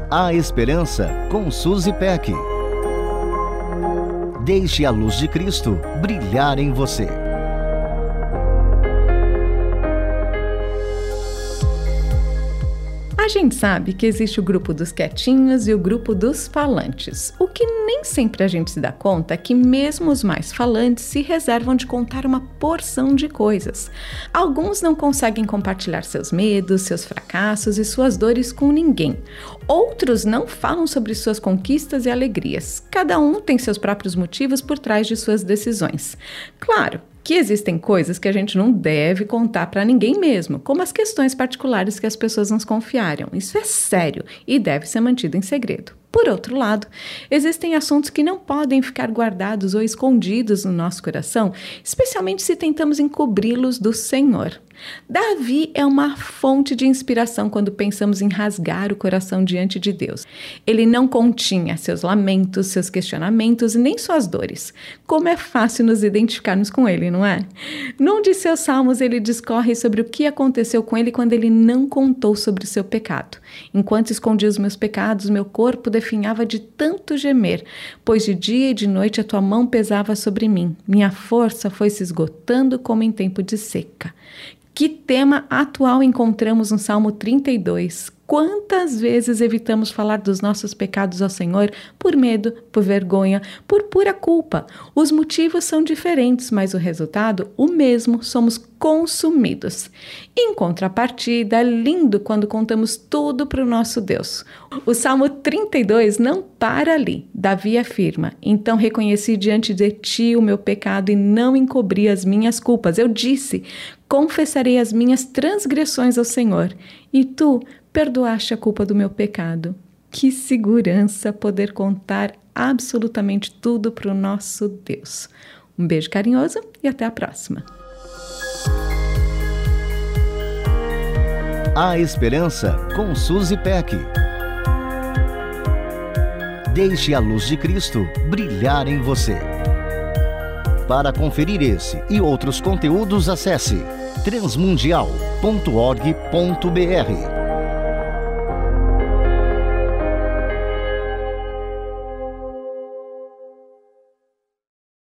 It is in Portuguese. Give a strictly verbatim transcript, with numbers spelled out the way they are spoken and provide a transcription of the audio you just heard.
A Esperança com Suzy Peck. Deixe a luz de Cristo brilhar em você. A gente sabe que existe o grupo dos quietinhos e o grupo dos falantes. O que nem sempre a gente se dá conta é que mesmo os mais falantes se reservam de contar uma porção de coisas. Alguns não conseguem compartilhar seus medos, seus fracassos e suas dores com ninguém. Outros não falam sobre suas conquistas e alegrias. Cada um tem seus próprios motivos por trás de suas decisões. Claro que existem coisas que a gente não deve contar para ninguém mesmo, como as questões particulares que as pessoas nos confiaram. Isso é sério e deve ser mantido em segredo. Por outro lado, existem assuntos que não podem ficar guardados ou escondidos no nosso coração, especialmente se tentamos encobri-los do Senhor. Davi é uma fonte de inspiração quando pensamos em rasgar o coração diante de Deus. Ele não continha seus lamentos, seus questionamentos e nem suas dores. Como é fácil nos identificarmos com ele, não é? Num de seus salmos, ele discorre sobre o que aconteceu com ele quando ele não contou sobre o seu pecado. Enquanto escondi os meus pecados, meu corpo definhava de tanto gemer, pois de dia e de noite a tua mão pesava sobre mim. Minha força foi se esgotando como em tempo de seca. Que tema atual encontramos no Salmo trinta e dois? Quantas vezes evitamos falar dos nossos pecados ao Senhor por medo, por vergonha, por pura culpa? Os motivos são diferentes, mas o resultado, o mesmo, somos consumidos. Em contrapartida, é lindo quando contamos tudo para o nosso Deus. O Salmo trinta e dois não para ali. Davi afirma: então reconheci diante de ti o meu pecado e não encobri as minhas culpas. Eu disse: confessarei as minhas transgressões ao Senhor, e tu perdoaste a culpa do meu pecado. Que segurança poder contar absolutamente tudo para o nosso Deus. Um beijo carinhoso e até a próxima. A Esperança com Suzy Peck. Deixe a luz de Cristo brilhar em você. Para conferir esse e outros conteúdos, acesse transmundial ponto org ponto br.